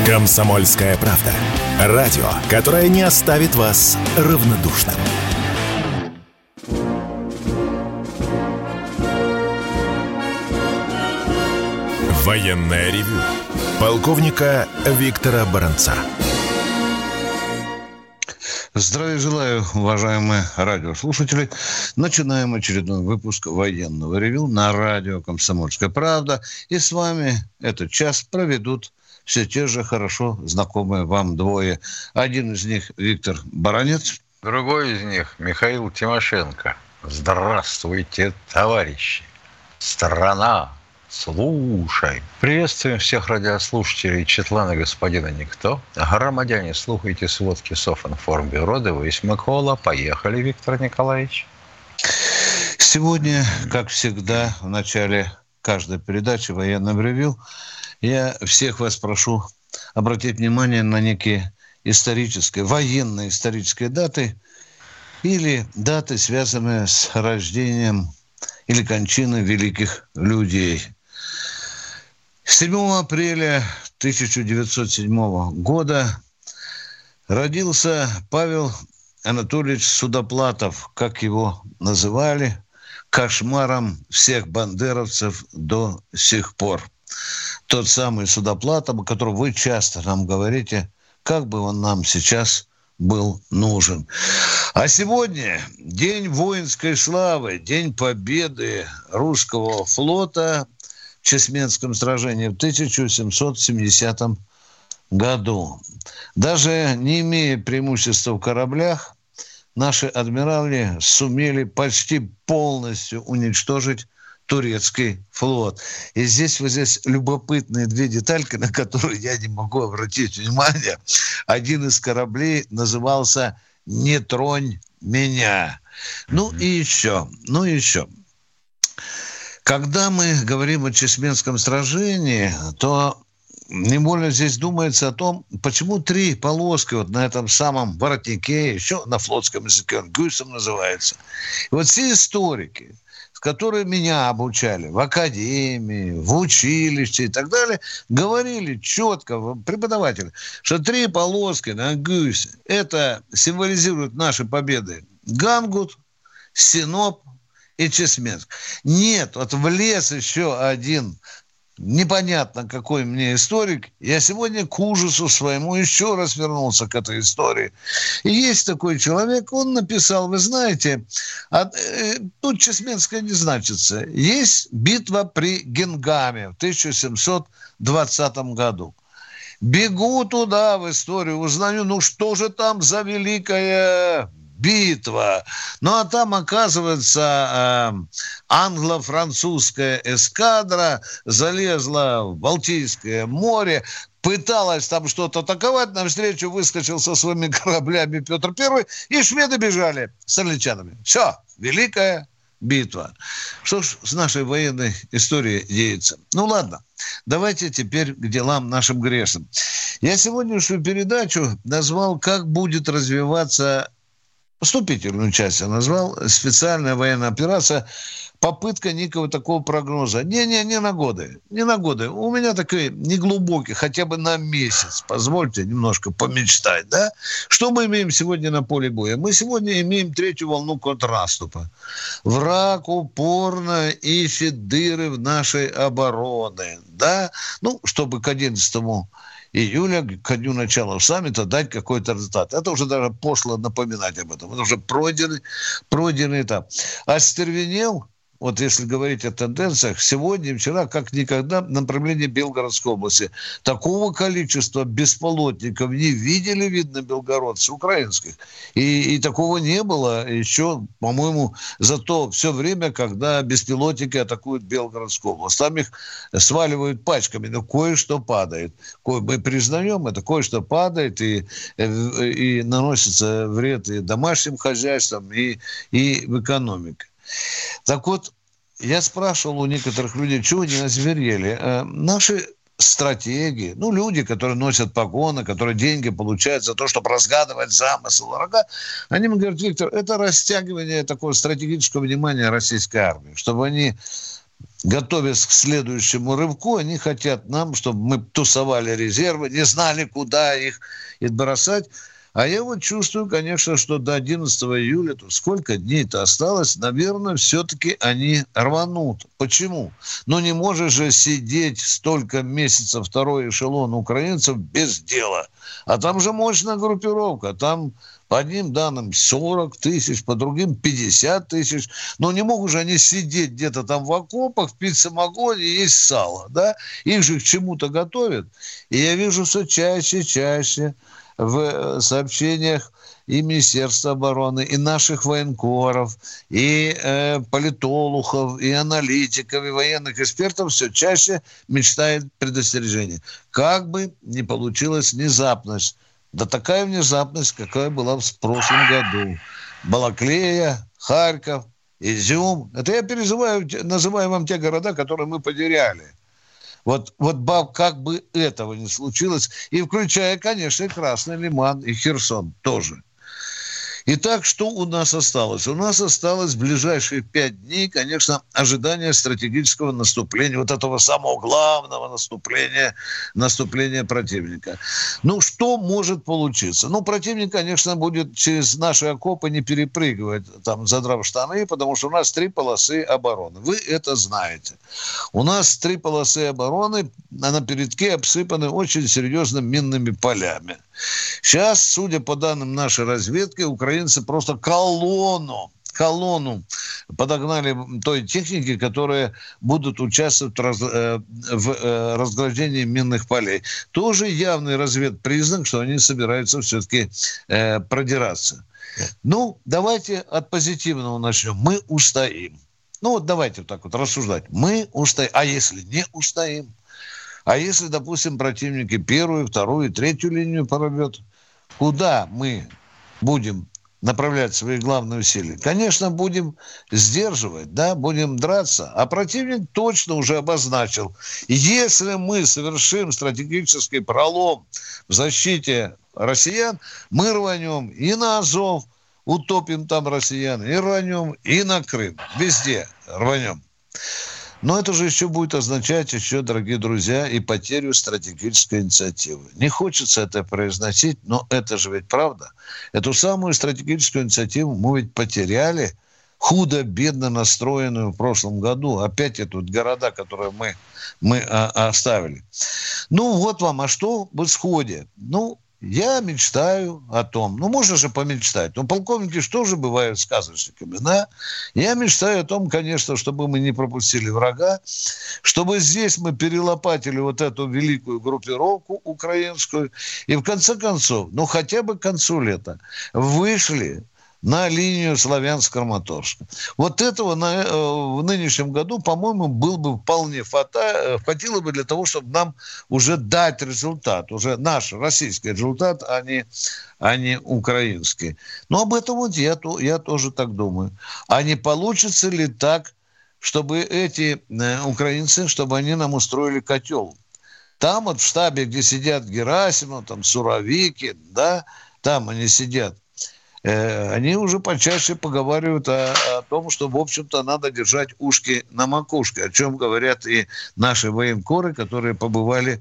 «Комсомольская правда». Радио, которое не оставит вас равнодушным. Военное ревю полковника Виктора Баранца. Здравия желаю, уважаемые радиослушатели. Начинаем очередной выпуск военного ревю на радио «Комсомольская правда». И с вами этот час проведут все те же хорошо знакомые вам двое. Один из них Виктор Баранец. Другой из них Михаил Тимошенко. Здравствуйте, товарищи. Страна, слушай. Приветствуем всех радиослушателей Четлана господина Никто. Громадяне, слухайте сводки Софинформбюро. Девись, Микола. Поехали, Виктор Николаевич. Сегодня, как всегда, в начале каждой передачи «Военном ревью» я всех вас прошу обратить внимание на некие исторические, военно-исторические даты или даты, связанные с рождением или кончиной великих людей. 7 апреля 1907 года родился Павел Анатольевич Судоплатов, как его называли, кошмаром всех бандеровцев до сих пор. Тот самый Судоплатов, о котором вы часто нам говорите, как бы он нам сейчас был нужен. А сегодня день воинской славы, день победы русского флота в Чесменском сражении в 1770 году. Даже не имея преимущества в кораблях, наши адмиралы сумели почти полностью уничтожить турецкий флот. И здесь любопытные две детальки, на которые я не могу обратить внимание. Один из кораблей назывался «Не тронь меня». Ну и еще. Когда мы говорим о Чесменском сражении, то невольно здесь думается о том, почему 3 полоски вот на этом самом воротнике, еще на флотском языке он гюйсом называется. И вот все историки, которые меня обучали в академии, в училище и так далее, говорили четко, преподаватели, что 3 полоски на гюйсе, это символизирует наши победы Гангут, Синоп и Чесменск. Нет, вот влез еще один непонятно какой мне историк. Я сегодня к ужасу своему еще раз вернулся к этой истории. И есть такой человек, он написал, вы знаете, тут Чесменская не значится. Есть битва при Генгаме в 1720 году. Бегу туда в историю, узнаю, что же там за великая битва. Ну, а там, оказывается, англо-французская эскадра залезла в Балтийское море, пыталась там что-то атаковать, навстречу выскочил со своими кораблями Петр I, и шведы бежали с англичанами. Все, великая битва. Что ж с нашей военной историей деется? Ну, ладно, давайте теперь к делам нашим грешным. Я сегодняшнюю передачу назвал «Как будет развиваться...» Вступительную часть я назвал «Специальная военная операция». Попытка некого такого прогноза. Не на годы. Не на годы. У меня такой неглубокий, хотя бы на месяц. Позвольте немножко помечтать, да? Что мы имеем сегодня на поле боя? Мы сегодня имеем 3-ю волну контрнаступа. Враг упорно ищет дыры в нашей обороне, да? Ну, чтобы к 11 июля, к дню начала саммита, дать какой-то результат. Это уже даже пошло напоминать об этом. Это уже пройденный этап. Остервенел, вот если говорить о тенденциях, сегодня и вчера, как никогда, на направлении Белгородской области. Такого количества беспилотников не видели, видно, белгородцы украинских. И такого не было еще, по-моему, за то все время, когда беспилотники атакуют Белгородскую область. Там их сваливают пачками, но кое-что падает. Мы признаем это, кое-что падает, и наносится вред и домашним хозяйствам, и в экономике. Так вот, я спрашивал у некоторых людей, чего они озверели. Наши стратеги, люди, которые носят погоны, которые деньги получают за то, чтобы разгадывать замысел врага, они мне говорят: Виктор, это растягивание такого стратегического внимания российской армии, чтобы они готовясь к следующему рывку, они хотят нам, чтобы мы тусовали резервы, не знали, куда их бросать. А я вот чувствую, конечно, что до 11 июля, то сколько дней-то осталось, наверное, все-таки они рванут. Почему? Ну, не можешь же сидеть столько месяцев второй эшелон украинцев без дела. А там же мощная группировка, там по одним данным 40 тысяч, по другим 50 тысяч. Но не могут же они сидеть где-то там в окопах, пить самогон и есть сало, да? Их же к чему-то готовят. И я вижу все чаще и чаще в сообщениях и Министерства обороны, и наших военкоров, и политологов, и аналитиков, и военных экспертов все чаще мечтает предостережение. Как бы ни получилась внезапность, да такая внезапность, какая была в прошлом году. Балаклея, Харьков, Изюм. Это я называю вам те города, которые мы потеряли. Вот как бы этого не случилось, и включая, конечно, и Красный Лиман, и Херсон тоже. Итак, что у нас осталось? У нас осталось в ближайшие 5 дней, конечно, ожидание стратегического наступления, вот этого самого главного наступления противника. Ну, что может получиться? Ну, противник, конечно, будет через наши окопы не перепрыгивать, там, задрав штаны, потому что у нас 3 полосы обороны. Вы это знаете. У нас 3 полосы обороны, а на передке обсыпаны очень серьезными минными полями. Сейчас, судя по данным нашей разведки, украинцы просто колонну подогнали той техники, которая будут участвовать в разграждении минных полей. Тоже явный разведпризнак, что они собираются все-таки продираться. Ну, давайте от позитивного начнем. Мы устоим. Ну, вот давайте вот так вот рассуждать. Мы устоим. А если не устоим? А если, допустим, противники 1-ю, 2-ю и 3-ю линию прорвет, куда мы будем направлять свои главные усилия? Конечно, будем сдерживать, да, будем драться. А противник точно уже обозначил. Если мы совершим стратегический пролом в защите россиян, мы рванем и на Азов, утопим там россиян, и рванем, и на Крым. Везде рванем. Но это же еще будет означать, дорогие друзья, и потерю стратегической инициативы. Не хочется это произносить, но это же ведь правда. Эту самую стратегическую инициативу мы ведь потеряли, худо-бедно настроенную в прошлом году. Опять это вот города, которые мы оставили. Ну, вот вам, а что в исходе? Ну, я мечтаю о том, ну, можно же помечтать, но полковники что же бывают сказочниками, да? Я мечтаю о том, конечно, чтобы мы не пропустили врага, чтобы здесь мы перелопатили вот эту великую группировку украинскую, и в конце концов, ну, хотя бы к концу лета вышли на линию Славянск-Краматорск. Вот этого в нынешнем году, по-моему, был бы вполне хватило бы для того, чтобы нам уже дать результат, уже наш российский результат, а не украинский. Но об этом вот я тоже так думаю. А не получится ли так, чтобы эти украинцы, чтобы они нам устроили котел? Там вот в штабе, где сидят Герасимов, там Суровикин, да, там они сидят. Они уже почаще поговаривают о том, что, в общем-то, надо держать ушки на макушке, о чем говорят и наши военкоры, которые побывали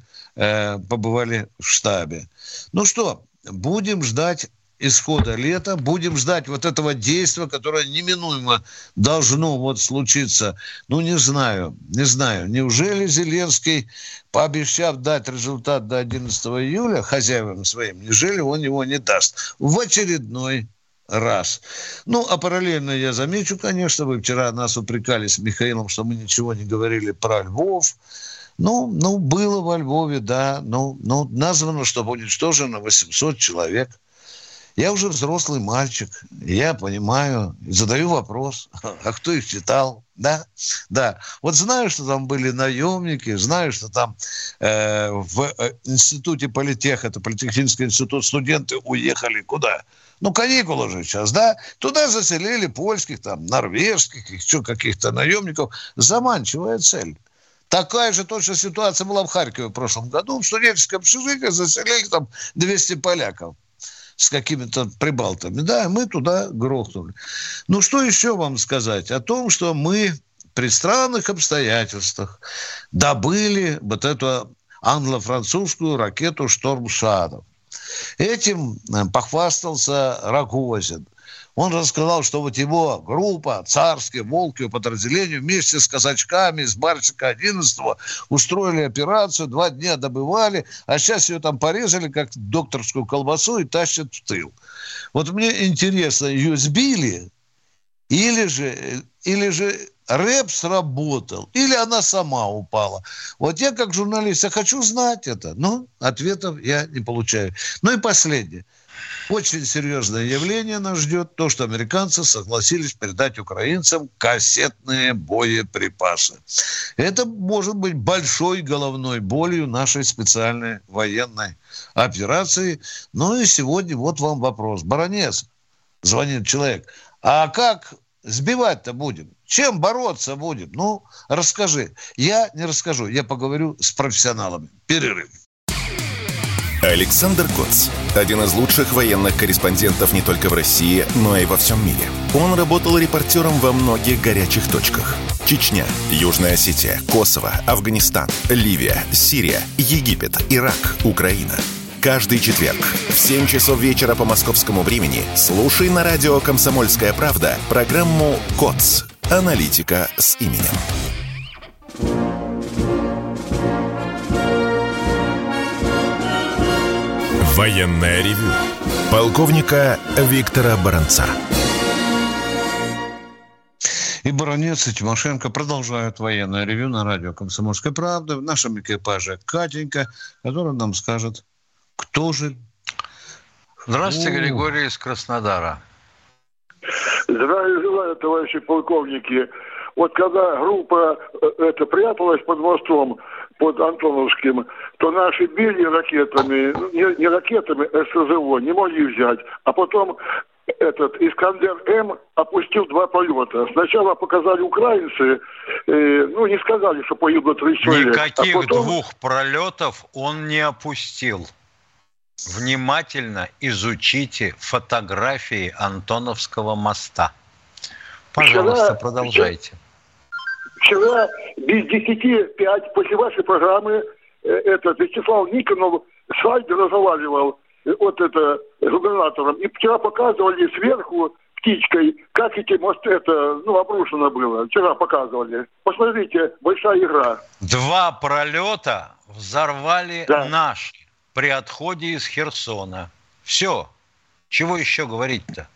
в штабе. Ну что, будем ждать исхода лета, будем ждать вот этого действия, которое неминуемо должно вот случиться. Ну, не знаю. Неужели Зеленский, пообещав дать результат до 11 июля хозяевам своим, неужели он его не даст в очередной раз? Ну, а параллельно я замечу, конечно, вы вчера нас упрекали с Михаилом, что мы ничего не говорили про Львов. Ну, было во Львове, да, названо, что уничтожено 800 человек. Я уже взрослый мальчик, я понимаю, задаю вопрос, а кто их читал, да? Да, вот знаю, что там были наемники, знаю, что там в институте политеха, это политехнический институт, студенты уехали куда? Ну, каникулы же сейчас, да? Туда заселили польских, там, норвежских, еще каких-то наемников. Заманчивая цель. Такая же точно ситуация была в Харькове в прошлом году. В студенческом общежитии заселили там 200 поляков с какими-то прибалтами. Да, мы туда грохнули. Ну, что еще вам сказать? О том, что мы при странных обстоятельствах добыли вот эту англо-французскую ракету «Шторм Шадов». Этим похвастался Рогозин. Он рассказал, что вот его группа, царские волки по подразделению, вместе с казачками из Барчика 11-го устроили операцию, 2 дня добывали, а сейчас ее там порезали, как докторскую колбасу, и тащат в тыл. Вот мне интересно, ее сбили, или же рэп сработал, или она сама упала. Вот я, как журналист, я хочу знать это, но ответов я не получаю. Ну и последнее. Очень серьезное явление нас ждет. То, что американцы согласились передать украинцам кассетные боеприпасы. Это может быть большой головной болью нашей специальной военной операции. Ну и сегодня вот вам вопрос. Баронец, звонит человек. А как сбивать-то будем? Чем бороться будем? Ну, расскажи. Я не расскажу. Я поговорю с профессионалами. Перерыв. Александр Коц. Один из лучших военных корреспондентов не только в России, но и во всем мире. Он работал репортером во многих горячих точках. Чечня, Южная Осетия, Косово, Афганистан, Ливия, Сирия, Египет, Ирак, Украина. Каждый четверг в 7 часов вечера по московскому времени слушай на радио «Комсомольская правда» программу «КОЦ. Аналитика с именем». Военное ревю полковника Виктора Баранца. И Баранец, и Тимошенко продолжают военное ревю на радио «Комсомольская правда». В нашем экипаже Катенька, которая нам скажет, кто же... Здравствуйте, Григорий из Краснодара. Здравия желаю, товарищи полковники. Вот когда группа пряталась под мостом, под Антоновским, то наши били ракетами, не ракетами СЗО, не могли взять. А потом Искандер-М опустил 2 полета. Сначала показали украинцы, не сказали, что погибло 3 человека. Никаких потом... 2 пролетов он не опустил. Внимательно изучите фотографии Антоновского моста. Пожалуйста, продолжайте. Вчера без 10:05 после вашей программы Вячеслав Никонов с Альдой разговаривал губернатором. И вчера показывали сверху птичкой, как эти мосты, обрушено было. Вчера показывали. Посмотрите, большая игра. 2 пролета взорвали наши при отходе из Херсона. Все. Чего еще говорить-то?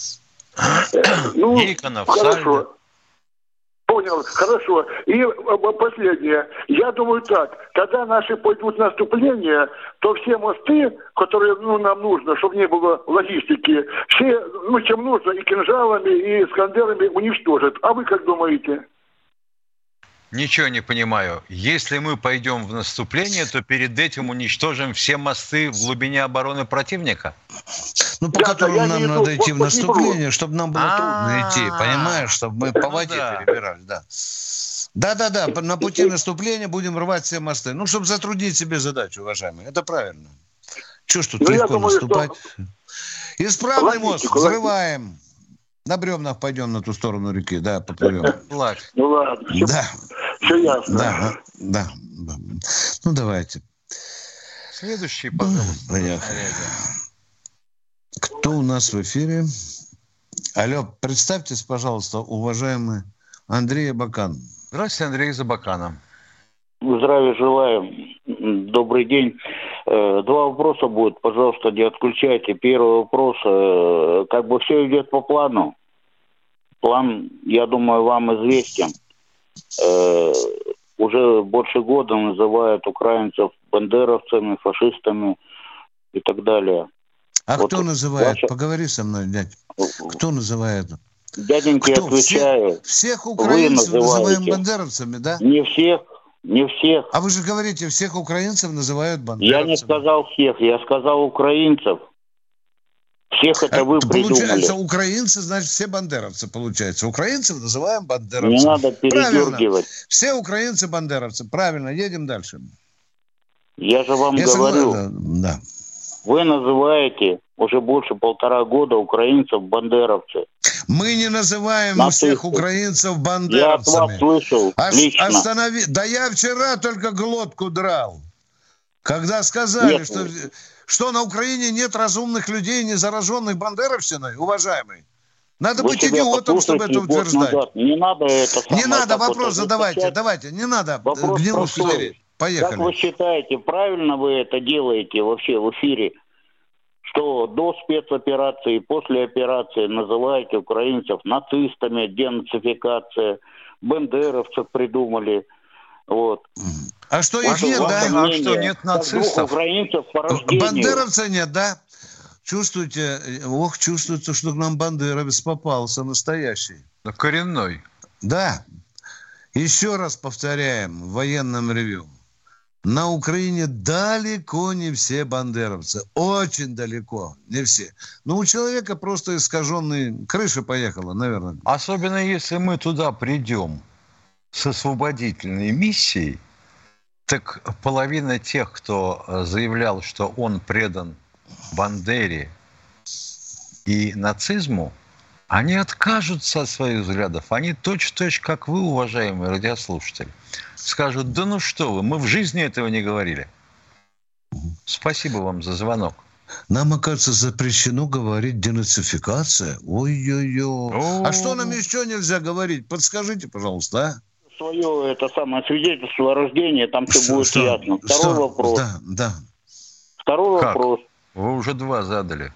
Никонов, Сальдо. Понял, хорошо. И последнее. Я думаю так, когда наши пойдут в наступление, то все мосты, которые нам нужно, чтобы не было логистики, все, чем нужно, и кинжалами, и искандерами уничтожат. А вы как думаете? Ничего не понимаю. Если мы пойдем в наступление, то перед этим уничтожим все мосты в глубине обороны противника? По которым нам надо идти в наступление, чтобы нам было трудно идти, понимаешь, чтобы мы по воде перебирали, Да, на пути наступления будем рвать все мосты. Чтобы затруднить себе задачу, уважаемые. Это правильно. Чего ж тут легко наступать? Исправный мост взрываем. На бревнах пойдем на ту сторону реки, поплывем. Ну ладно. Все ясно. Да. Давайте. Следующий, пожалуйста. Поехали. Кто у нас в эфире? Алло, представьтесь, пожалуйста, уважаемый Андрей Абакан. Здравствуйте, Андрей из Абакана. Здравия желаю. Добрый день. 2 вопроса будет, пожалуйста, не отключайте. Первый вопрос. Все идет по плану. План, я думаю, вам известен. Уже больше года называют украинцев бандеровцами, фашистами и так далее. А кто называет? Поговори со мной, дядь. Кто называет? Дяденька, я отвечаю. Всех украинцев называем бандеровцами, да? Не всех. А вы же говорите, всех украинцев называют бандеровцами. Я не сказал всех, я сказал украинцев. Всех это вы придумали. Получается, украинцы, значит, все бандеровцы, получается. Украинцев называем бандеровцами. Не надо передергивать. Правильно. Все украинцы бандеровцы. Правильно, едем дальше. Я же вам говорю. Да. Вы называете уже больше 1,5 года украинцев бандеровцы. Мы не называем Нацисты. всех украинцев бандеровцами. Я от вас слышал лично. Да я вчера только глотку драл. Когда сказали, что на Украине нет разумных людей, не зараженных бандеровщиной, уважаемый. Надо быть идиотом, чтобы это утверждать. Не надо это самое. Не надо, вопрос задавайте, давайте. Не надо гнилу стереть. Поехали. Как вы считаете, правильно вы это делаете вообще в эфире? Что до спецоперации, после операции называете украинцев нацистами, денацификация, бандеровцев придумали. Вот. А что их нет, да? А что нет нацистов? Украинцев по рождению. Бандеровца нет, да? Чувствуете, чувствуется, что к нам бандеровец попался настоящий. Коренной. Да. Еще раз повторяем в военном ревью. На Украине далеко не все бандеровцы. Очень далеко не все. Но у человека просто искаженный... Крыша поехала, наверное. Особенно если мы туда придем с освободительной миссией, так половина тех, кто заявлял, что он предан Бандере и нацизму, они откажутся от своих взглядов. Они точь-в-точь, как вы, уважаемые радиослушатели, скажут: да ну что вы, мы в жизни этого не говорили. Спасибо вам за звонок. Нам, оказывается, запрещено говорить денацификация. Ой-ой-ой. А что нам еще нельзя говорить? Подскажите, пожалуйста, а? Свое это самое свидетельство о рождении, там все будет ясно. Второй вопрос. Да. Второй вопрос. Вы уже 2 задали.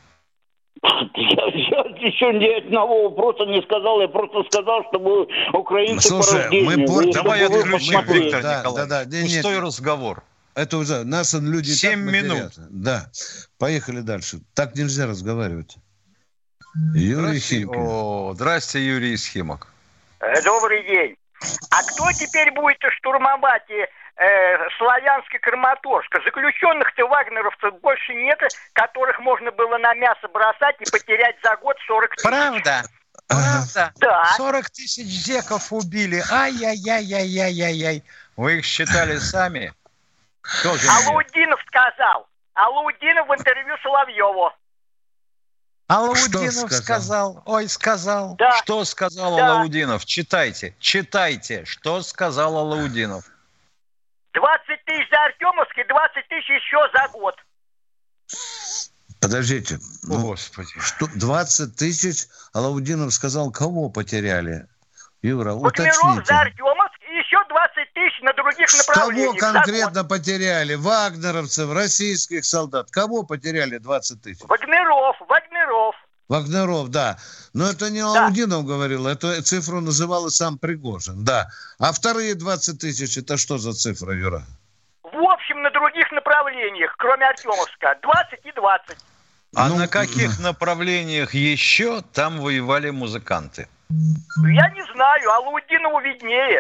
Я еще ни одного вопроса не сказал. Я просто сказал, что вы украинцы по рождению. Давай отключим, Виктор Николаевич. Да. Пустой разговор. Это уже нас люди 7 минут. Да. Поехали дальше. Так нельзя разговаривать. Юрий Химок. Здрасте, Юрий из Химок. Добрый день. А кто теперь будет штурмовать Славянск-Краматорск? Заключенных-то вагнеровцев больше нет, которых можно было на мясо бросать и потерять за год 40 тысяч. Правда? Да. 40 тысяч зеков убили. Ай-яй-яй-яй-яй-яй-яй. Вы их считали сами? Алаудинов сказал. Алаудинов в интервью Соловьеву. Алаудинов сказал. Ой, сказал. Да. Что сказал Алаудинов? Читайте. Что сказал Алаудинов? 20 тысяч за Артемовск и 20 тысяч еще за год. Подождите. Господи. Что, 20 тысяч Алаудинов сказал, кого потеряли? Юра, Вагнеров уточните. за Артемовск и еще 20 тысяч на других направлениях. Кого конкретно потеряли? Вагнеровцев, российских солдат. Кого потеряли 20 тысяч? Вагнеров, да. Но это не Алаудинов говорил, эту цифру называл и сам Пригожин, да. А вторые 20 тысяч, это что за цифра, Юра? В общем, на других направлениях, кроме Артемовска, 20 и 20. А на каких направлениях еще там воевали музыканты? Я не знаю, Алаудинову виднее.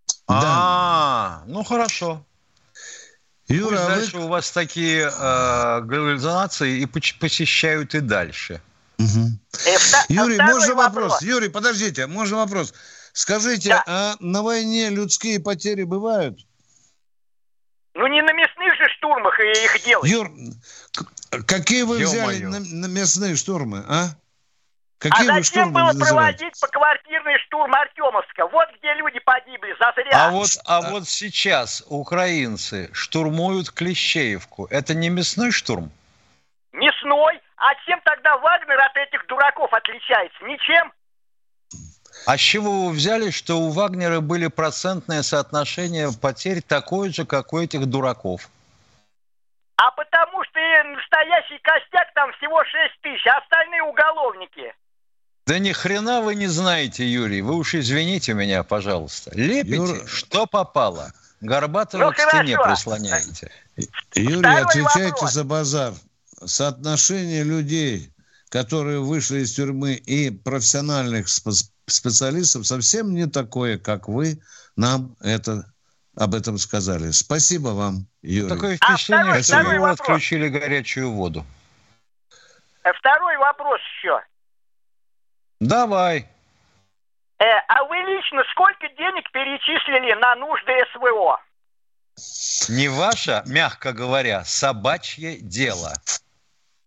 Ну хорошо. Юра, пусть дальше у вас такие галлюцинации и посещают и дальше. Юрий, можно вопрос? Юрий, подождите, можно вопрос? Скажите, а на войне людские потери бывают? Ну, не на мясных же штурмах их делать. Юр, какие вы взяли на мясные штурмы, а? Какие а зачем было проводить поквартирный штурм Артемовска? Вот где люди погибли, зазря. А вот сейчас украинцы штурмуют Клещеевку. Это не мясной штурм? Мясной? А чем тогда Вагнер от этих дураков отличается? Ничем. А с чего вы взяли, что у Вагнера были процентное соотношение потерь такое же, как у этих дураков? А потому что настоящий костяк там всего 6 тысяч, а остальные уголовники. Да ни хрена вы не знаете, Юрий. Вы уж извините меня, пожалуйста. Лепите, что попало. Горбатого к стене прислоняете. Юрий, отвечайте за базар. Соотношение людей, которые вышли из тюрьмы, и профессиональных специалистов совсем не такое, как вы нам об этом сказали. Спасибо вам, Юрий. Такое впечатление, что вы отключили горячую воду. Второй вопрос еще. Давай. А вы лично сколько денег перечислили на нужды СВО? Не ваше, мягко говоря, собачье дело.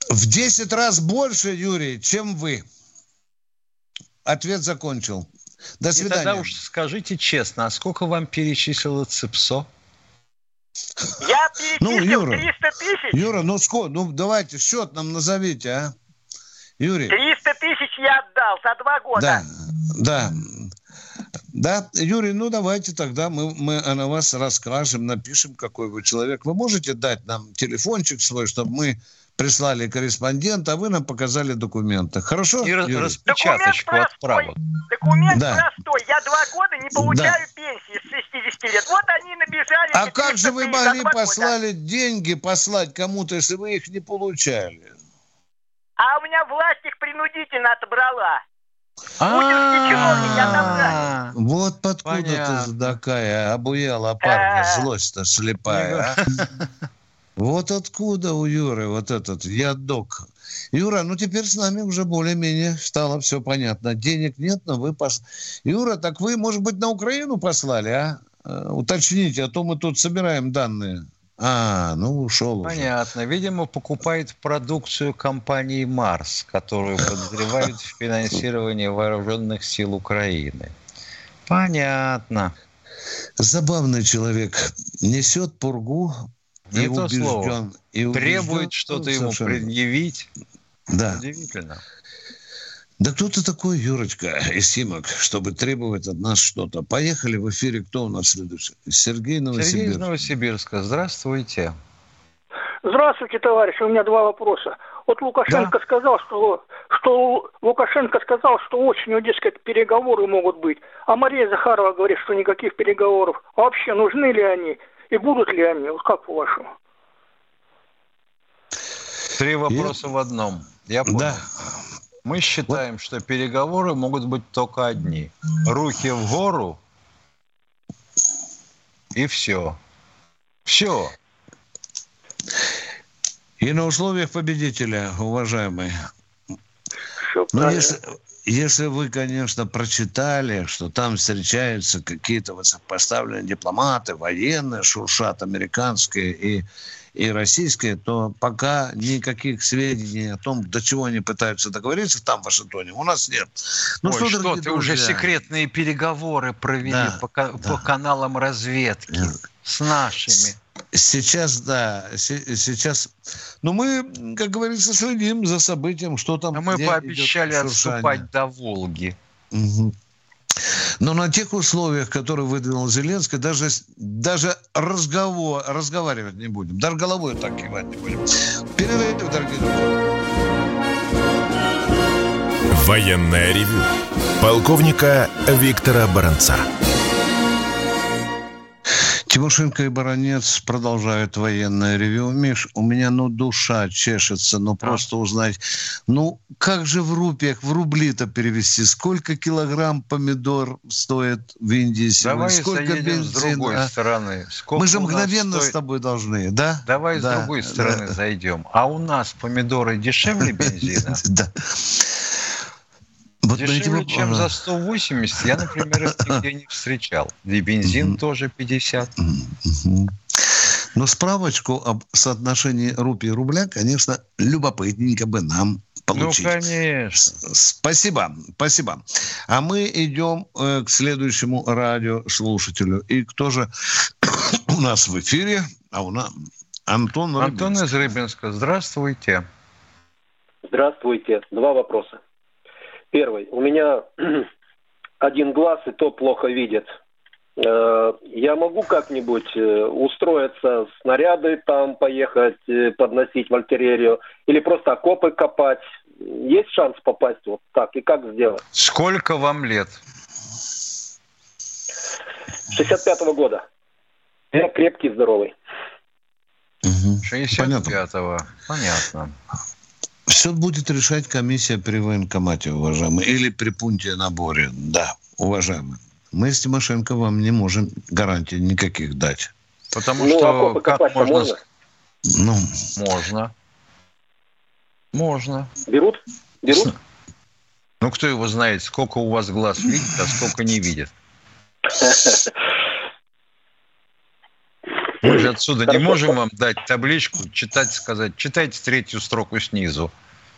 В 10 раз больше, Юрий, чем вы. Ответ закончил. До свидания. И тогда уж скажите честно, а сколько вам перечислило ЦИПСО? Я перечислил Юра, 300 тысяч. Юра, сколько? Давайте счет нам назовите, а? Юрий. 300 тысяч я отдал за 2 года. Да, Юрий, давайте тогда мы на вас расскажем, напишем, какой вы человек. Вы можете дать нам телефончик свой, чтобы мы прислали корреспондента, а вы нам показали документы. Хорошо, и Юрий? Распечаточку отправок. Документ простой. Я 2 года не получаю пенсии с 60 лет. Вот они набежали. А как же вы могли деньги послать кому-то, если вы их не получали? А у меня власть их принудительно отобрала. Путинские чиновники отобрали. Вот откуда ты такая обуяла парня, злость-то слепая. Вот откуда у Юры вот этот ядок. Юра, теперь с нами уже более-менее стало все понятно. Денег нет, но вы Юра, так вы, может быть, на Украину послали, а? Уточните, а то мы тут собираем данные. Ушел уже. Понятно. Видимо, покупает продукцию компании «Марс», которую подозревают в финансировании вооруженных сил Украины. Понятно. Забавный человек. Несет пургу и убежден. Требует что-то ему предъявить. Да. Удивительно. Да кто ты такой, Юрочка, из Химок, чтобы требовать от нас что-то? Поехали в эфире. Кто у нас следующий? Сергей Новосибирск. Сергей из Новосибирска. Здравствуйте. Здравствуйте, товарищи. У меня 2 вопроса. Вот Лукашенко сказал, что осенью, дескать, переговоры могут быть. А Мария Захарова говорит, что никаких переговоров. А вообще нужны ли они? И будут ли они? Вот как по-вашему? 3 вопроса в одном. Я понял. Да. Мы считаем, что переговоры могут быть только одни. Руки в гору и все. Все. И на условиях победителя, уважаемый. Если вы, конечно, прочитали, что там встречаются какие-то высокопоставленные дипломаты, военные, шуршат американские и российские, то пока никаких сведений о том, до чего они пытаются договориться там, в Вашингтоне, у нас нет. Что ты уже секретные переговоры провели по каналам разведки с нашими. Сейчас, мы, как говорится, следим за событием, что там. А мы пообещали отступать до Волги. Угу. Но на тех условиях, которые выдвинул Зеленский, даже разговаривать не будем. Даже головой так кивать не будем. Перерыв, дорогие друзья. Военное ревю полковника Виктора Баранца. Тимошенко и Баранец продолжают военное ревью. Миш, у меня, душа чешется, просто узнать. Как же в рубли-то перевести? Сколько килограмм помидор стоит в Индии сегодня? Давай сколько бензина? С другой стороны. Мы же мгновенно с тобой должны, да? Давай с другой стороны зайдем. А у нас помидоры дешевле бензина? Да. Дешевле, чем за 180, я, например, их нигде не встречал. И бензин тоже 50. Но справочку об соотношении рупий и рубля, конечно, любопытненько бы нам получить. Конечно. Спасибо. А мы идем к следующему радиослушателю. И кто же у нас в эфире? А у нас Антон из Рыбинска. Здравствуйте. Здравствуйте. 2 вопроса. Первый. У меня один глаз, и то плохо видит. Я могу как-нибудь устроиться, снаряды там поехать, подносить в артиллерию, или просто окопы копать? Есть шанс попасть вот так? И как сделать? Сколько вам лет? 65-го года. Я крепкий, здоровый. 65-го. Понятно. Все будет решать комиссия при военкомате, уважаемый, или при пункте наборе. Да, уважаемый. Мы с Тимошенко вам не можем гарантий никаких дать. Потому что как можно... Можно. Берут? Кто его знает, сколько у вас глаз видит, а сколько не видит. Мы же отсюда не можем вам дать табличку, сказать, читайте 3-ю строку снизу.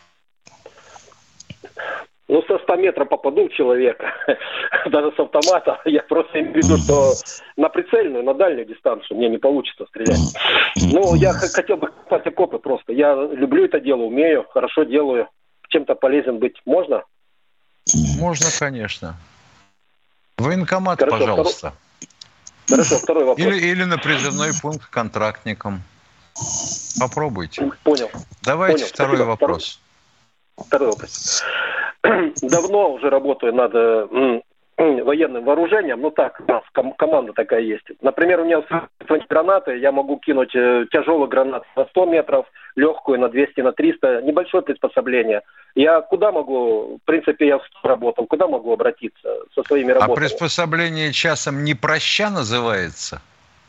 Ну, со 100 метров попаду в человека, даже с автомата. Я просто имею в виду, что на прицельную, на дальнюю дистанцию мне не получится стрелять. Ну, я хотел бы копать окопы просто. Я люблю это дело, умею, хорошо делаю. Чем-то полезен быть можно? Можно, конечно. Военкомат, Хорошо, пожалуйста. Хорошо, второй вопрос. Или на призывной пункт контрактникам. Попробуйте. Понял. Давайте Понял. второй Спасибо. вопрос. Второй вопрос. Давно уже работаю над военным вооружением. Ну так, у нас команда такая есть. Например, у меня гранаты, я могу кинуть тяжелый гранат на 100 метров, легкую на 200, на 300, небольшое приспособление. Я куда могу, в принципе, я работал, куда могу обратиться со своими работами? А приспособление часом не проща называется?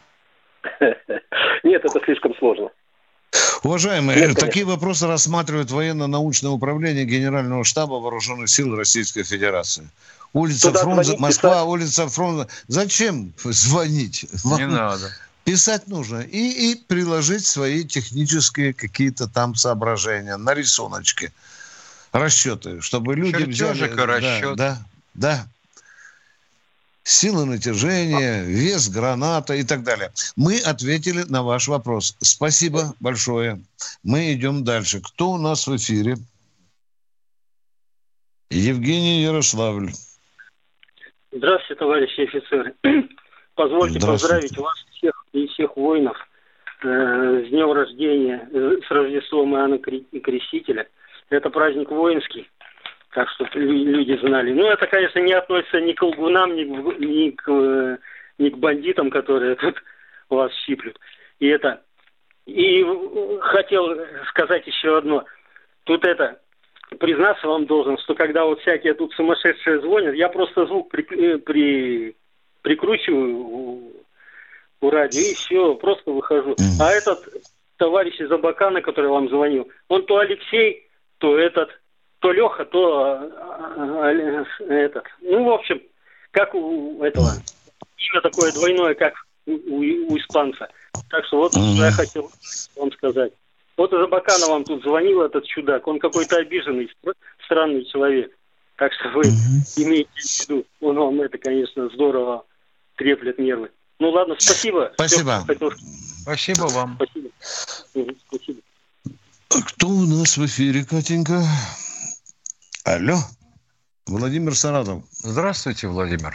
Нет, это слишком сложно. Уважаемые, такие вопросы рассматривает военно-научное управление Генерального штаба Вооруженных сил Российской Федерации. Улица Фрунзе, Москва, писать. Улица Фрунзе. Зачем звонить? Не надо. Писать нужно и приложить свои технические какие-то там соображения на рисуночке. Расчеты, чтобы люди взяли... расчет. Да. Сила натяжения, вес граната и так далее. Мы ответили на ваш вопрос. Спасибо большое. Мы идем дальше. Кто у нас в эфире? Евгений, Ярославль. Здравствуйте, товарищи офицеры. Позвольте поздравить вас всех и всех воинов с днем рождения, с Рождеством Иоанна Крестителя. Это праздник воинский. Так что люди знали. Ну, это, конечно, не относится ни к лгунам, ни к бандитам, которые тут вас щиплют. И хотел сказать еще одно. Тут признаться вам должен, что когда вот всякие тут сумасшедшие звонят, я просто звук прикручиваю у радио и все, просто выхожу. А этот товарищ из Абакана, который вам звонил, он то Алексей, то Леха, то этот. Ну, в общем, как у этого. Имя такое двойное, как у испанца. Так что вот что я хотел вам сказать. Вот из Абакана вам тут звонил этот чудак. Он какой-то обиженный, странный человек. Так что вы имеете в виду. Он вам конечно, здорово треплет нервы. Ну, ладно, спасибо. Спасибо. Спасибо вам. Спасибо. Кто у нас в эфире, Катенька? Алло, Владимир Саратов. Здравствуйте, Владимир.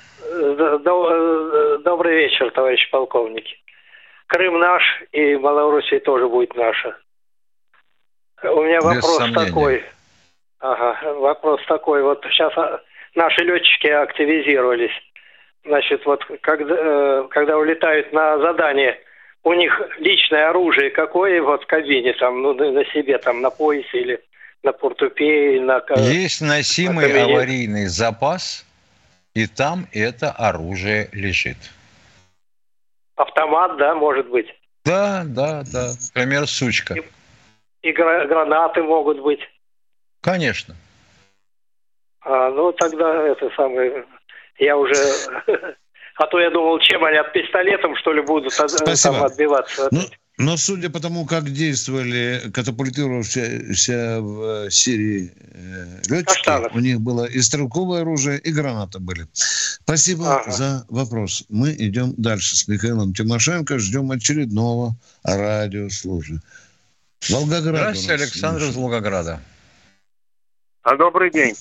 Добрый вечер, товарищи полковники. Крым наш, и Белоруссия тоже будет наша. У меня вопрос такой. Вопрос такой. Вот сейчас наши летчики активизировались. Значит, вот когда улетают на задание, у них личное оружие какое вот в кабине, там, ну, на себе, там, на поясе или на портупее? Есть носимый аварийный запас, и там это оружие лежит. Автомат, да, может быть? Да. Например, сучка. И гранаты могут быть? Конечно. Ну, тогда я уже... А то я думал, чем они, от пистолетом, что ли, будут там отбиваться? Но судя по тому, как действовали катапультировавшиеся в Сирии летчики, у них было и стрелковое оружие, и гранаты были. Спасибо за вопрос. Мы идем дальше с Михаилом Тимошенко. Ждем очередного радиослушателя. Волгоград. Здравствуйте, Александр из Волгограда. Добрый день.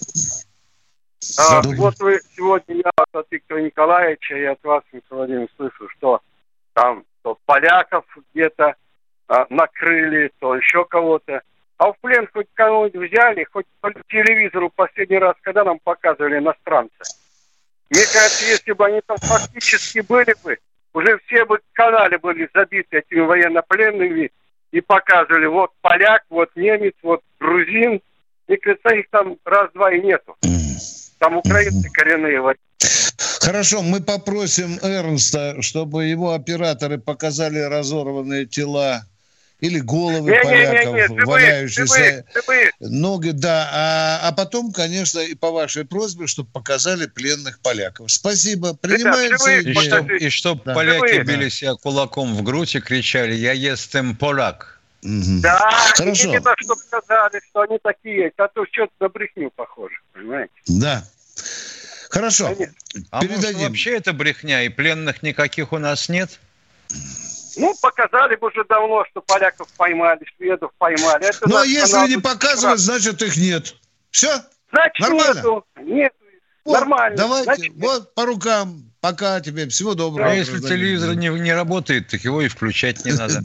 Вот вы сегодня, я от Виктора Николаевича и от вас, Михаил Владимирович, слышу, что там то поляков где-то накрыли, то еще кого-то. А в плен хоть кого-нибудь взяли, хоть по телевизору последний раз, когда нам показывали иностранцы. Мне кажется, если бы они там фактически были бы, уже все бы каналы были забиты этими военнопленными и показывали, вот поляк, вот немец, вот грузин. Мне кажется, их там раз-два и нету. Там украинцы коренные. Хорошо, мы попросим Эрнста, чтобы его операторы показали разорванные тела или головы поляков, валяющиеся, ноги, да. А потом, конечно, и по вашей просьбе, чтобы показали пленных поляков. Спасибо. Принимается. И чтоб поляки били себя кулаком в грудь и кричали: «Я естем поляк». Да, хорошо. И это, чтобы сказали, что они такие, а то что-то на брехню похоже, понимаете? Да. Хорошо. А может, вообще это брехня, и пленных никаких у нас нет? Ну, показали бы уже давно, что поляков поймали, шведов поймали. Это ну, а если не показывают, значит, их нет. Все? Значит, нормально? Нет. Вот, Нормально. Давайте, значит, вот по рукам. Пока тебе. Всего доброго. А если телевизор не работает, так его и включать не надо.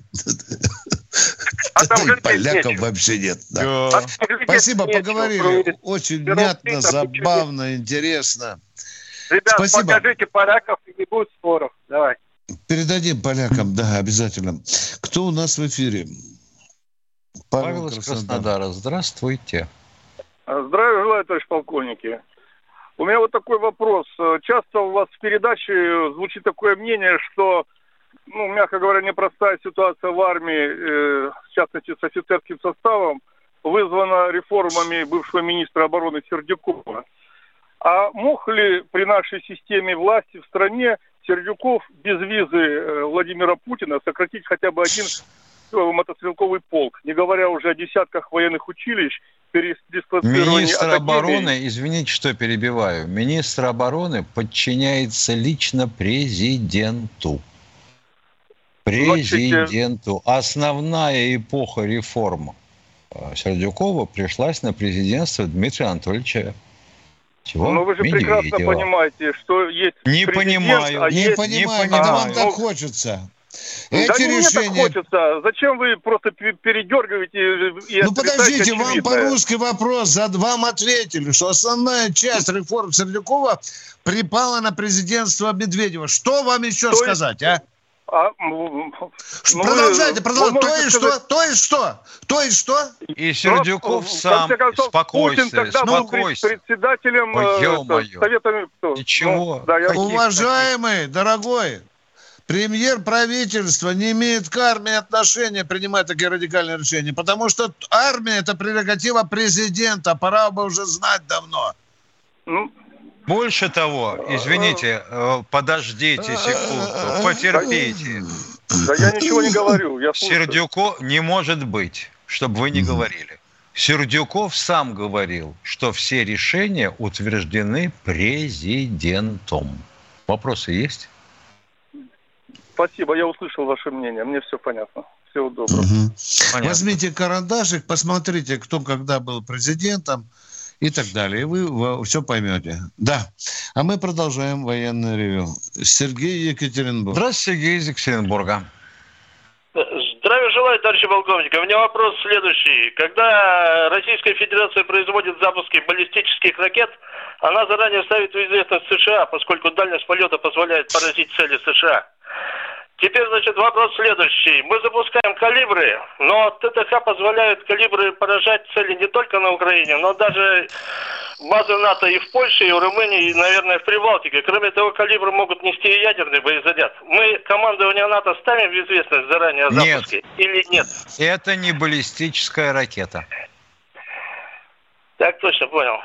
Поляков вообще нет. Да. Спасибо, поговорили. Очень внятно, забавно, интересно. Ребят, спасибо. Покажите поляков, и не будет споров. Давай. Передадим полякам, да, обязательно. Кто у нас в эфире? Павел из Краснодара. Здравствуйте. Здравия желаю, товарищ полковники. У меня вот такой вопрос. Часто у вас в передаче звучит такое мнение, что, ну, мягко говоря, непростая ситуация в армии, в частности с офицерским составом, вызвана реформами бывшего министра обороны Сердюкова. А мог ли при нашей системе власти в стране Сердюков без визы Владимира Путина сократить хотя бы один мотострелковый полк, не говоря уже о десятках военных училищ, Министр обороны, извините, что перебиваю, министр обороны подчиняется лично президенту. Президенту. Основная эпоха реформ Сердюкова пришлась на президентство Дмитрия Анатольевича. Но вы же прекрасно понимаете, что есть не понимаю, не понимаю. Да вам так хочется. Эти решения... мне так хочется. Зачем вы просто передергиваете? Ну подождите, вам по-русски вопрос, вам ответили, что основная часть реформ Сердюкова припала на президентство Медведева. Что вам еще сказать, а? Продолжайте. То есть что? И Сердюков сам спокойствие. Председателем Совета... Ничего. Уважаемый, дорогой, премьер правительства не имеет к армии отношения принимать такие радикальные решения, потому что армия – это прерогатива президента, пора бы уже знать давно. Больше того, извините, подождите секунду, потерпите. Да я ничего не говорю, я слушаю. Сердюков не может быть, чтобы вы не говорили. Сердюков сам говорил, что все решения утверждены президентом. Вопросы есть? Спасибо, я услышал ваше мнение, мне все понятно. Всего доброго. Возьмите карандашик, посмотрите, кто когда был президентом и так далее, и вы все поймете. Да, а мы продолжаем военное ревью. Сергей, Екатеринбург. Здравствуйте, Сергей из Екатеринбурга. Здравия желаю, товарищи полковники. У меня вопрос следующий. Когда Российская Федерация производит запуски баллистических ракет, она заранее ставит в известность США, поскольку дальность полета позволяет поразить цели США. Теперь, значит, вопрос следующий. Мы запускаем калибры, но ТТХ позволяют калибры поражать цели не только на Украине, но даже базы НАТО и в Польше, и в Румынии, и, наверное, в Прибалтике. Кроме того, калибры могут нести и ядерный боезаряд. Мы командование НАТО ставим в известность заранее о запуске или нет? Это не баллистическая ракета. Так точно, понял.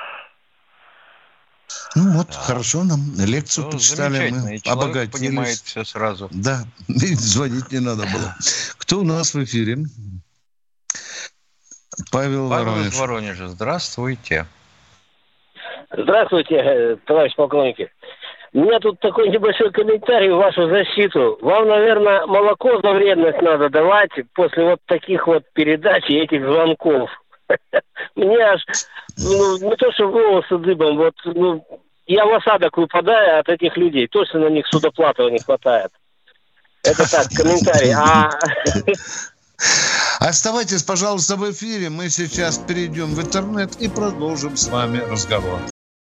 Ну вот, хорошо, нам лекцию почитали, мы обогатились. Понимает все сразу. Да, звонить не надо было. Кто у нас в эфире? Павел Воронеж. из Воронежа, здравствуйте. Здравствуйте, товарищ полковники. У меня тут такой небольшой комментарий в вашу защиту. Вам, наверное, молоко за вредность надо давать после вот таких вот передач и этих звонков. Мне аж, не то что волосы дыбом, вот, я в осадок выпадаю от этих людей. Точно на них судоплатова не хватает. Это так, комментарий. Оставайтесь, пожалуйста, в эфире. Мы сейчас перейдем в интернет и продолжим с вами разговор.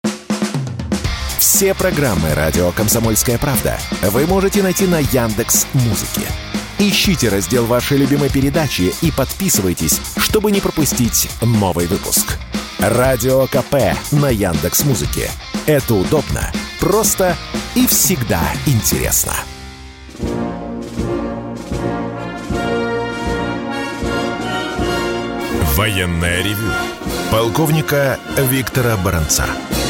Все программы «Радио Комсомольская правда» вы можете найти на Яндекс.Музыке. Ищите раздел вашей любимой передачи и подписывайтесь, чтобы не пропустить новый выпуск. Радио КП на Яндекс.Музыке. Это удобно, просто и всегда интересно. Военное ревю полковника Виктора Баранца.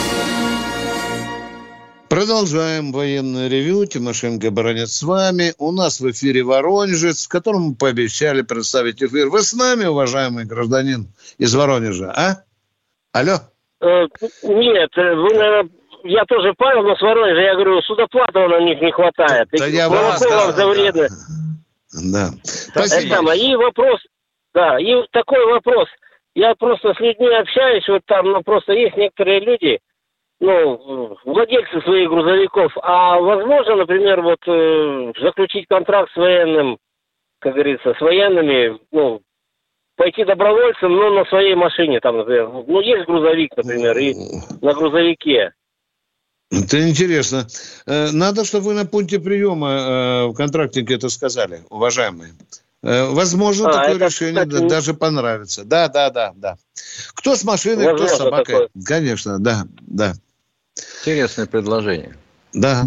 Продолжаем военное ревю. Тимошенко, Баранец с вами. У нас в эфире воронежец, которому пообещали представить эфир. Вы с нами, уважаемый гражданин из Воронежа, а? Алло? Нет, вы, наверное, я тоже Павел, но с Воронежа. Я говорю, судоплаты на них не хватает. Да я молоко вам за вредно. Да. Спасибо. И вопрос, да, и такой вопрос. Я просто с людьми общаюсь, вот там, ну, просто есть некоторые люди, ну, владельцы своих грузовиков, а возможно, например, вот заключить контракт с военным, как говорится, с военными, ну, пойти добровольцем, но на своей машине, там, например, ну, есть грузовик, например, и на грузовике. Это интересно. Надо, чтобы вы на пункте приема в контрактнике это сказали, уважаемые. Возможно, такое решение, кстати, даже понравится. Да. Кто с машиной, возможно, кто с собакой. Такое. Конечно, да. Интересное предложение. Да.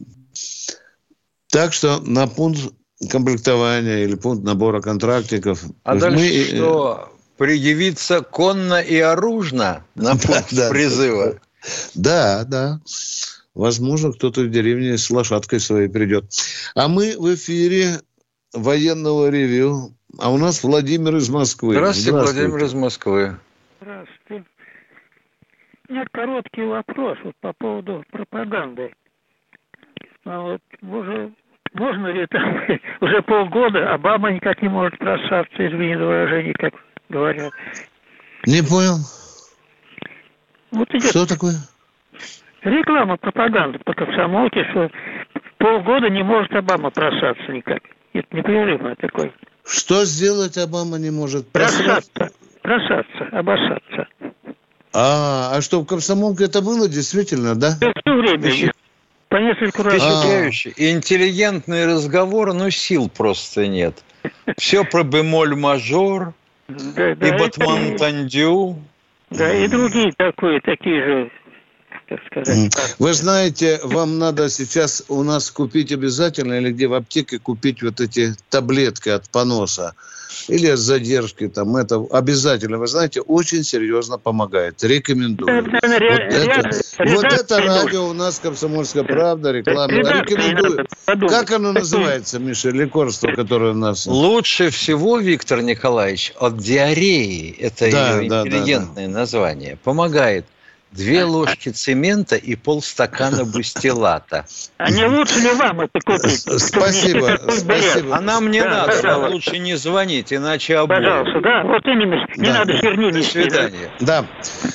Так что на пункт комплектования или пункт набора контрактников. А дальше что? Предъявиться конно и оружно на пункт призыва? Да. Возможно, кто-то в деревне с лошадкой своей придет. А мы в эфире военного ревью. А у нас Владимир из Москвы. Здравствуйте, Владимир из Москвы. Здравствуйте. У меня короткий вопрос вот по поводу пропаганды. А вот можно ли там уже полгода Обама никак не может просаться, извини за выражение, как говорят. Не понял. Вот идет что такое? Реклама, пропаганда по комсомолке, что полгода не может Обама просаться никак. Это непрерывно такое. Что сделать Обама не может? Просаться, обоссаться. А что, в комсомолке это было действительно, да? Все время. По несколько раз. Впечатляющий. Интеллигентный разговор, но сил просто нет. Все про бемоль-мажор, и батман-тандю. Да, и другие такие же, так сказать. Вы знаете, вам надо сейчас у нас купить обязательно, или где в аптеке купить вот эти таблетки от поноса. Или от задержки, там, это обязательно, вы знаете, очень серьезно помогает. Рекомендую. Вот это радио у нас «Комсомольская правда», реклама. Рекомендую. Как оно называется, Миша, лекарство, которое у нас? Лучше всего, Виктор Николаевич, от диареи, это ее интеллигентное название, помогает 2 ложки цемента и полстакана бустилата. А не лучше ли вам это купить? Спасибо. А нам не надо, нам лучше не звонить, иначе обоим. Пожалуйста, да, вот именно, не надо херню нести. До свидания. Да.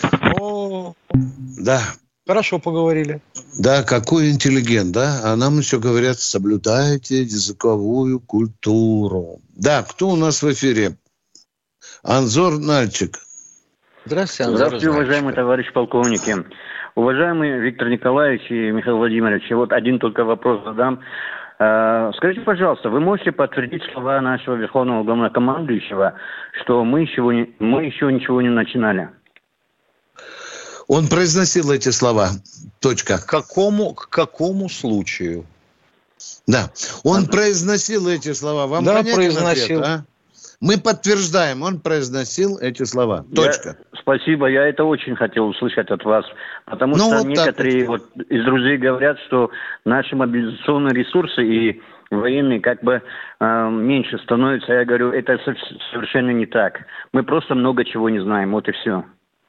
Да. Хорошо поговорили. Да, какой интеллигент, да? А нам еще говорят, соблюдайте языковую культуру. Да, кто у нас в эфире? Анзор Нальчик. Здравствуйте, уважаемые товарищи полковники. Уважаемый Виктор Николаевич и Михаил Владимирович, вот один только вопрос задам. Скажите, пожалуйста, вы можете подтвердить слова нашего верховного главнокомандующего, что мы еще ничего не начинали? Он произносил эти слова. Точка. К какому случаю? Да. Он произносил эти слова. Вам понятен ответ, а? Мы подтверждаем, он произносил эти слова. Точка. Спасибо, я это очень хотел услышать от вас. Потому что некоторые из друзей говорят, что наши мобилизационные ресурсы и военные как бы меньше становятся. Я говорю, это совершенно не так. Мы просто много чего не знаем, вот и все.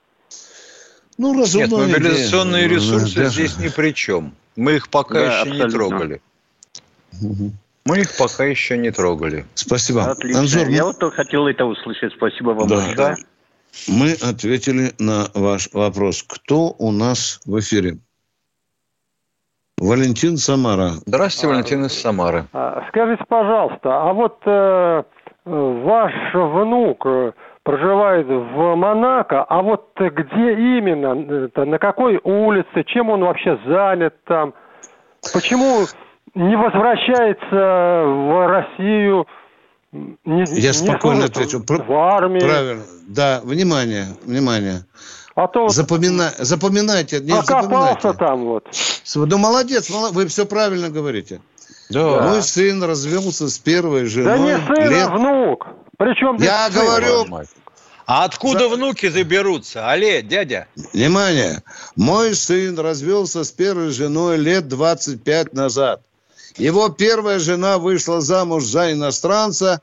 Нет, мобилизационные ресурсы здесь ни при чем. Мы их пока еще не трогали. Мы их пока еще не трогали. Спасибо. Отлично. Анзор, я вот только хотел это услышать. Спасибо вам большое. Да. Мы ответили на ваш вопрос. Кто у нас в эфире? Валентин, Самара. Здравствуйте, Валентин из Самары. Скажите, пожалуйста, а вот ваш внук проживает в Монако, а вот где именно, на какой улице, чем он вообще занят там? Почему не возвращается в Россию? Я спокойно отвечу. В армии. Правильно. Да, внимание. А то запоминайте. Окопался там вот. Ну, молодец, вы все правильно говорите. Да. Мой сын развелся с первой женой. Да не сын, а внук. Причем я говорю, А откуда внуки заберутся? Алле, дядя. Внимание. Мой сын развелся с первой женой лет 25 назад. Его первая жена вышла замуж за иностранца,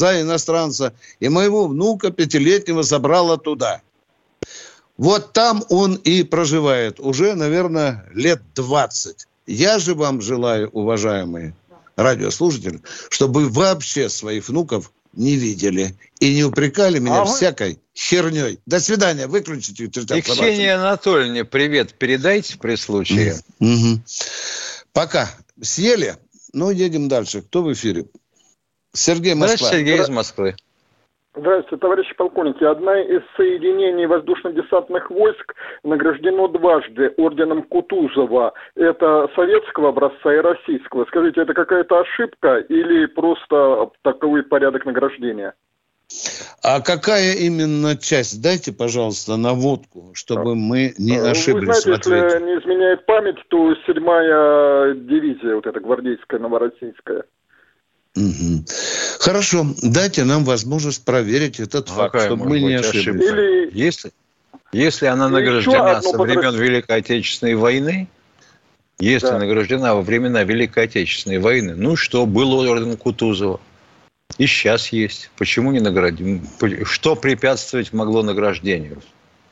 и моего внука 5-летнего забрала туда. Вот там он и проживает уже, наверное, лет 20. Я же вам желаю, уважаемые радиослушатели, чтобы вы вообще своих внуков не видели и не упрекали меня всякой херней. До свидания. Выключите. И Ксении Анатольевне привет передайте при случае. Пока. Съели? Ну, едем дальше. Кто в эфире? Сергей, Москва. Сергей из Москвы. Здравствуйте, товарищи полковники. Одна из соединений воздушно-десантных войск награждено дважды орденом Кутузова. Это советского образца и российского. Скажите, это какая-то ошибка или просто таковой порядок награждения? А какая именно часть? Дайте, пожалуйста, наводку, чтобы мы не ошиблись. Вы знаете, если не изменяет память, то 7-я дивизия, вот эта гвардейская, новороссийская. Угу. Хорошо, дайте нам возможность проверить этот факт, чтобы мы не ошиблись. Если она награждена со времен Великой Отечественной войны, награждена во времена Великой Отечественной войны, ну что, был орден Кутузова. И сейчас есть. Почему не наградим? Что препятствовать могло награждению?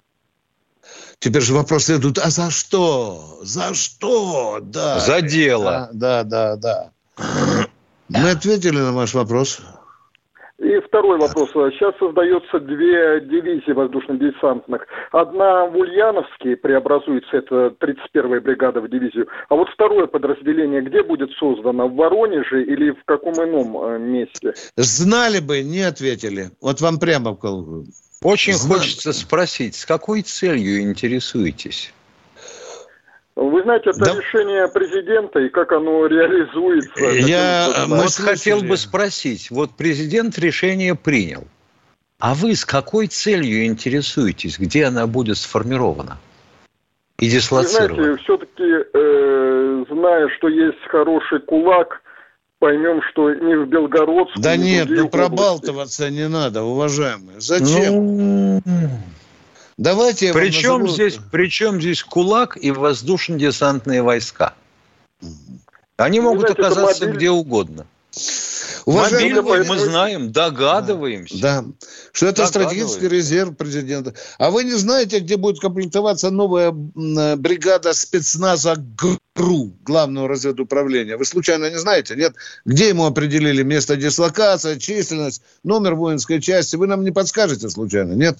Теперь же вопрос следует, а за что? За что? Да. За дело. Да. Мы ответили на ваш вопрос. И второй вопрос. Сейчас создается 2 дивизии воздушно-десантных. Одна в Ульяновске преобразуется, это 31-я бригада в дивизию. А вот второе подразделение где будет создано? В Воронеже или в каком ином месте? Знали бы, не ответили. Вот вам прямо вколку. Очень хочется спросить, с какой целью интересуетесь? Вы знаете, это решение президента, и как оно реализуется. Я хотел бы спросить, вот президент решение принял, а вы с какой целью интересуетесь, где она будет сформирована и дислоцирована? Вы знаете, все-таки, зная, что есть хороший кулак, поймем, что не в Белгородске. Да нет, пробалтываться не надо, уважаемые. Зачем? Давайте Причем здесь кулак и воздушно-десантные войска? Они могут оказаться где угодно. Мобильные мы знаем, догадываемся. Да, что это стратегический резерв президента. А вы не знаете, где будет комплектоваться новая бригада спецназа ГРУ, Главного разведуправления? Вы случайно не знаете? Нет? Где ему определили место дислокации, численность, номер воинской части? Вы нам не подскажете случайно? Нет?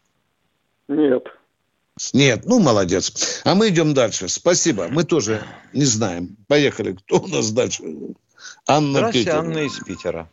Нет, ну молодец. А мы идем дальше. Спасибо. Мы тоже не знаем. Поехали. Кто у нас дальше? Здравствуйте, Анна из Питера.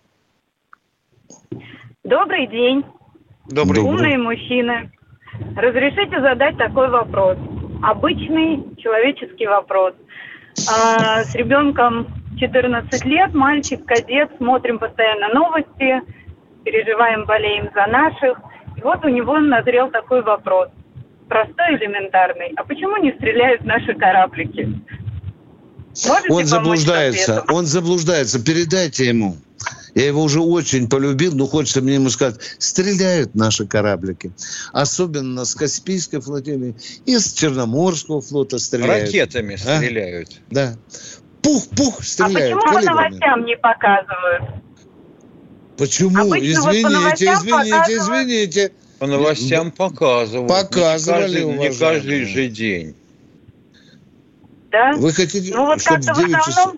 Добрый день. Добрый. Умные мужчины. Разрешите задать такой вопрос. Обычный человеческий вопрос. С ребенком 14 лет, мальчик, кадет, смотрим постоянно новости, переживаем, болеем за наших. И вот у него назрел такой вопрос. Простой, элементарный. А почему не стреляют наши кораблики? Он заблуждается. Передайте ему. Я его уже очень полюбил, но хочется мне ему сказать, стреляют наши кораблики. Особенно с Каспийской флотилии и с Черноморского флота стреляют. Ракетами стреляют. Да. Пух-пух стреляют. А почему по новостям не показывают? Почему? Извините. По новостям показывают. Показывали, не каждый же день. Да? Вы хотите, ну вот чтобы как-то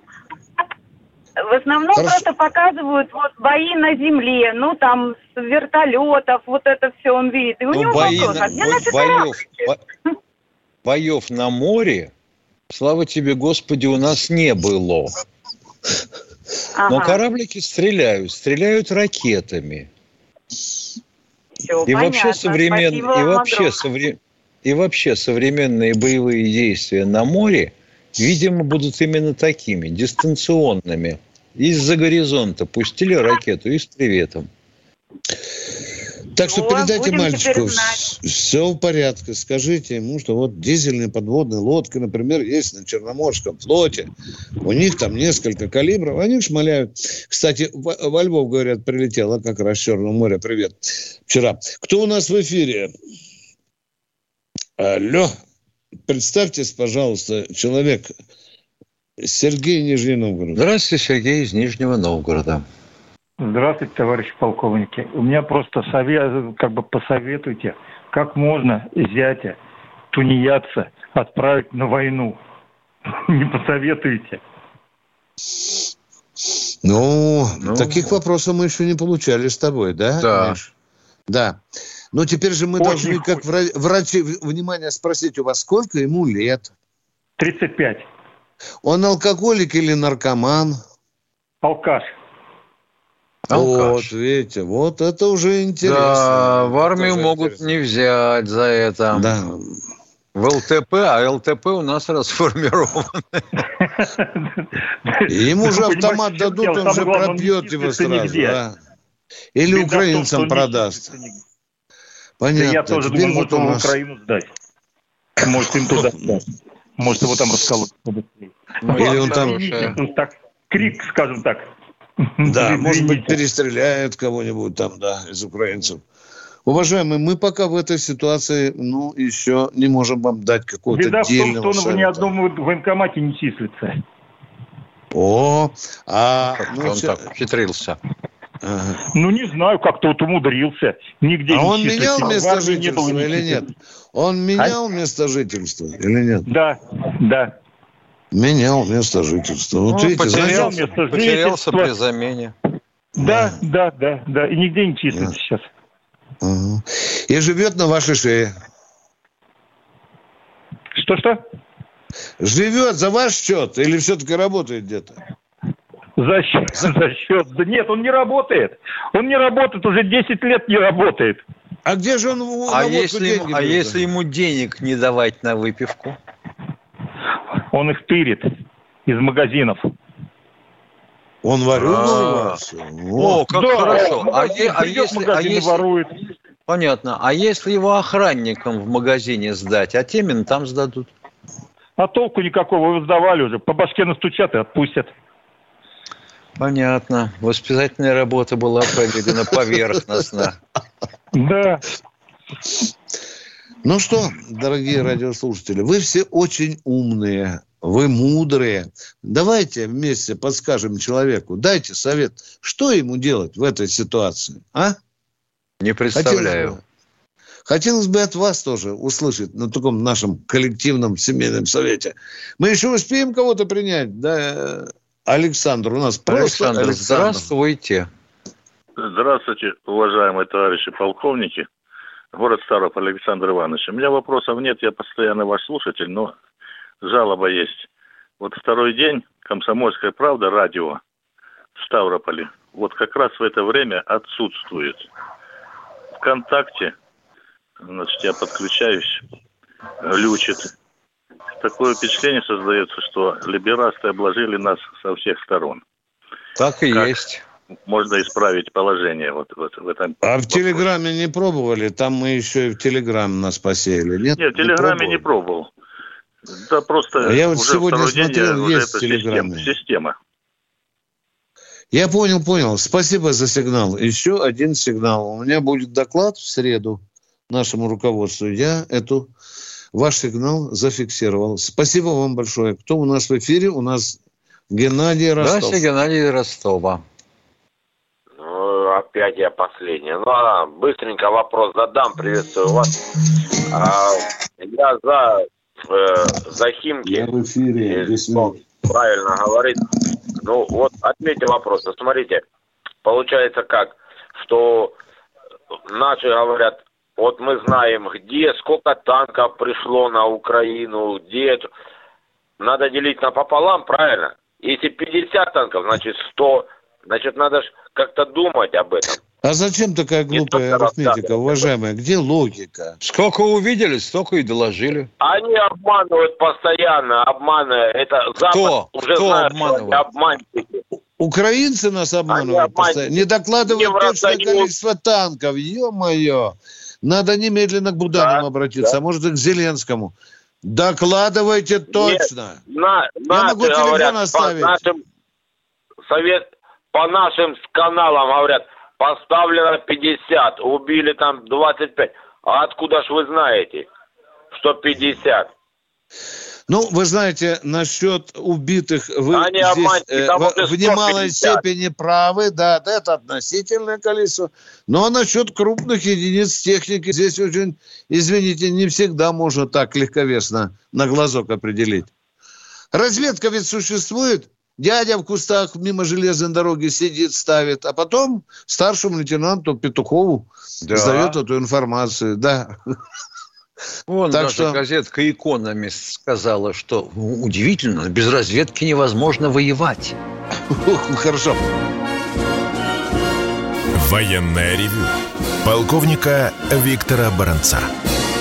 в основном просто показывают вот бои на земле, ну там с вертолетов, вот это все он видит. И у него вопрос, а где наши кораблики? Боев на море, слава тебе, Господи, у нас не было. Но кораблики стреляют ракетами. Все, и понятно. Вообще современные боевые действия на море, видимо, будут именно такими, дистанционными. Из-за горизонта пустили ракету и с приветом. Так что передайте мальчику, все в порядке. Скажите ему, что вот дизельные подводные лодки, например, есть на Черноморском флоте. У них там несколько калибров, они шмаляют. Кстати, во Львов, говорят, прилетело как раз с Черного моря. Привет. Вчера. Кто у нас в эфире? Алло. Представьтесь, пожалуйста, человек. Сергей, Нижний Новгород. Здравствуйте, Сергей из Нижнего Новгорода. Здравствуйте, товарищи полковники. У меня просто посоветуйте, как можно зятя, тунеядца, отправить на войну. Не посоветуете? Ну, таких вопросов мы еще не получали с тобой, да? Да. Миш? Да. Но теперь же мы должны, как врачи, внимание, спросить у вас, сколько ему лет? 35. Он алкоголик или наркоман? Алкаш. Вот, видите, вот это уже интересно. Да, в армию могут не взять за это. Да. В ЛТП, а ЛТП у нас расформированы. Ему же автомат дадут, он же пропьет его сразу. Да. Или украинцам продаст. Понятно. Я тоже думаю, может его в Украину сдать. Может, им туда сдать. Может, его там расколоть. Или он там... Так, крик, скажем так. Да, может быть, перестреляет кого-нибудь там, да, из украинцев. Уважаемые, мы пока в этой ситуации, еще не можем вам дать какого-то дельного совета. Беда в том, что он в ни одном военкомате не числится. Он так хитрился. Ага. Не знаю, как-то вот умудрился. Нигде не он числится. менял место жительства или нет? Он менял место жительства или нет? Да. Менял место жительства. Вот видите, потерялся при замене. Да. И нигде не числится сейчас. Ага. И живет на вашей шее. Что? Живет за ваш счет или все-таки работает где-то? За счет. Да нет, он не работает. Он не работает, уже 10 лет не работает. А где же он если ему денег не давать на выпивку? Он их тырит из магазинов. Он ворует? О, как хорошо. А если ворует? Понятно. А если его охранникам в магазине сдать, а темен там сдадут? А толку никакого, вы сдавали уже. По башке настучат и отпустят. Понятно. Воспитательная работа была проведена поверхностно. Да. Ну что, дорогие радиослушатели, вы все очень умные, вы мудрые. Давайте вместе подскажем человеку, дайте совет, что ему делать в этой ситуации, а? Не представляю. Хотелось бы от вас тоже услышать на таком нашем коллективном семейном совете. Мы еще успеем кого-то принять, да? Александр, у нас просто Александр. Здравствуйте. Здравствуйте, уважаемые товарищи полковники. Город Ставрополь, Александр Иванович. У меня вопросов нет, я постоянно ваш слушатель, но жалоба есть. Вот второй день «Комсомольская правда» радио в Ставрополе вот как раз в это время отсутствует. ВКонтакте, значит, я подключаюсь, глючит. Такое впечатление создается, что либерасты обложили нас со всех сторон. Так и есть. Можно исправить положение вот в этом. А в Телеграме не пробовали? Там мы еще и в Телеграме нас посеяли, нет? Нет, в Телеграме не пробовал. Да просто я вот уже сегодня второй смотрел, день есть в Телеграме. Система. Я понял. Спасибо за сигнал. Еще один сигнал. У меня будет доклад в среду нашему руководству. Я ваш сигнал зафиксировал. Спасибо вам большое. Кто у нас в эфире? У нас Геннадий Ростов. Здравствуйте, Геннадий Ростова. Опять я последний. Быстренько вопрос задам. Приветствую вас. Я за Химки. Я в эфире. Правильно говорит. Отметьте вопрос. Смотрите, получается как, что наши говорят, вот мы знаем, где, сколько танков пришло на Украину, где. Надо делить напополам, правильно? Если 50 танков, значит 100. Значит, надо же как-то думать об этом. А зачем такая глупая арифметика, уважаемая? Где логика? Сколько увидели, столько и доложили. Они обманывают постоянно, обманывают. Это Запад уже знает, что они обманщики. Украинцы нас обманывают постоянно. Не докладывают точное количество танков. Ё-моё. Надо немедленно к Буданову обратиться, а может и к Зеленскому. Докладывайте точно. Я могу телефон оставить. По нашим каналам говорят, поставлено 50, убили там 25. А откуда ж вы знаете, что 50? Ну, вы знаете, насчет убитых вы здесь в немалой степени правы. Да, это относительное количество. Но насчет крупных единиц техники здесь очень, извините, не всегда можно так легковесно на глазок определить. Разведка ведь существует. Дядя в кустах мимо железной дороги сидит, ставит, а потом старшему лейтенанту Петухову сдает эту информацию. Да. Вон так даже газетка «Экономист» сказала, что удивительно, без разведки невозможно воевать. Хорошо. Военное ревю полковника Виктора Баранца.